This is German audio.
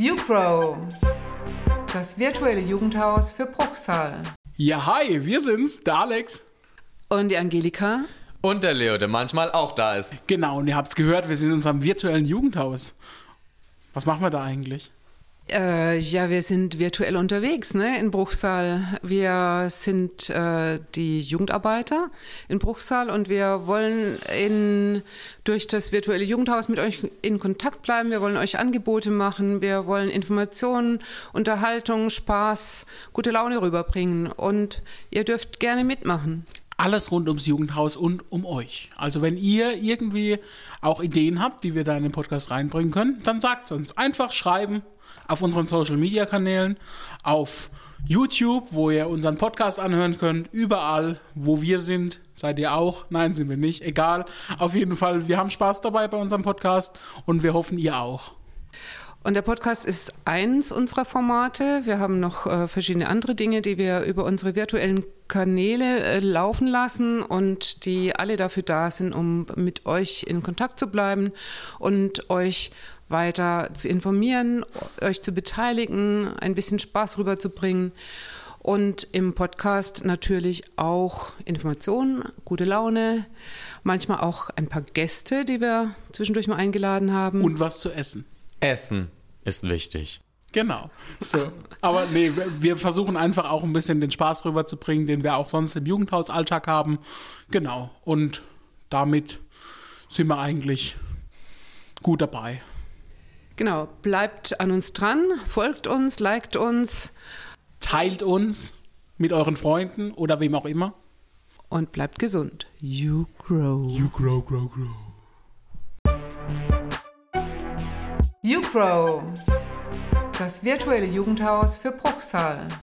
YouGrow, das virtuelle Jugendhaus für Bruchsal. Ja, hi, wir sind's, der Alex. Und die Angelika. Und der Leo, der manchmal auch da ist. Genau, und ihr habt's gehört, wir sind in unserem virtuellen Jugendhaus. Was machen wir da eigentlich? Wir sind virtuell unterwegs, in Bruchsal. Wir sind die Jugendarbeiter in Bruchsal und wir wollen durch das virtuelle Jugendhaus mit euch in Kontakt bleiben. Wir wollen euch Angebote machen. Wir wollen Informationen, Unterhaltung, Spaß, gute Laune rüberbringen. Und ihr dürft gerne mitmachen. Alles rund ums Jugendhaus und um euch. Also wenn ihr irgendwie auch Ideen habt, die wir da in den Podcast reinbringen können, dann sagt's uns. Einfach schreiben auf unseren Social-Media-Kanälen, auf YouTube, wo ihr unseren Podcast anhören könnt, überall, wo wir sind. Seid ihr auch? Nein, sind wir nicht. Egal. Auf jeden Fall, wir haben Spaß dabei bei unserem Podcast und wir hoffen, ihr auch. Und der Podcast ist eins unserer Formate. Wir haben noch verschiedene andere Dinge, die wir über unsere virtuellen Kanäle laufen lassen und die alle dafür da sind, um mit euch in Kontakt zu bleiben und euch weiter zu informieren, euch zu beteiligen, ein bisschen Spaß rüberzubringen. Und im Podcast natürlich auch Informationen, gute Laune, manchmal auch ein paar Gäste, die wir zwischendurch mal eingeladen haben. Und was zu essen. Essen ist wichtig. Genau. So. Aber nee, wir versuchen einfach auch ein bisschen den Spaß rüberzubringen, den wir auch sonst im Jugendhausalltag haben. Genau. Und damit sind wir eigentlich gut dabei. Genau. Bleibt an uns dran, folgt uns, liked uns. Teilt uns mit euren Freunden oder wem auch immer. Und bleibt gesund. You grow. You grow, grow, grow. YouGrow, das virtuelle Jugendhaus für Bruchsal.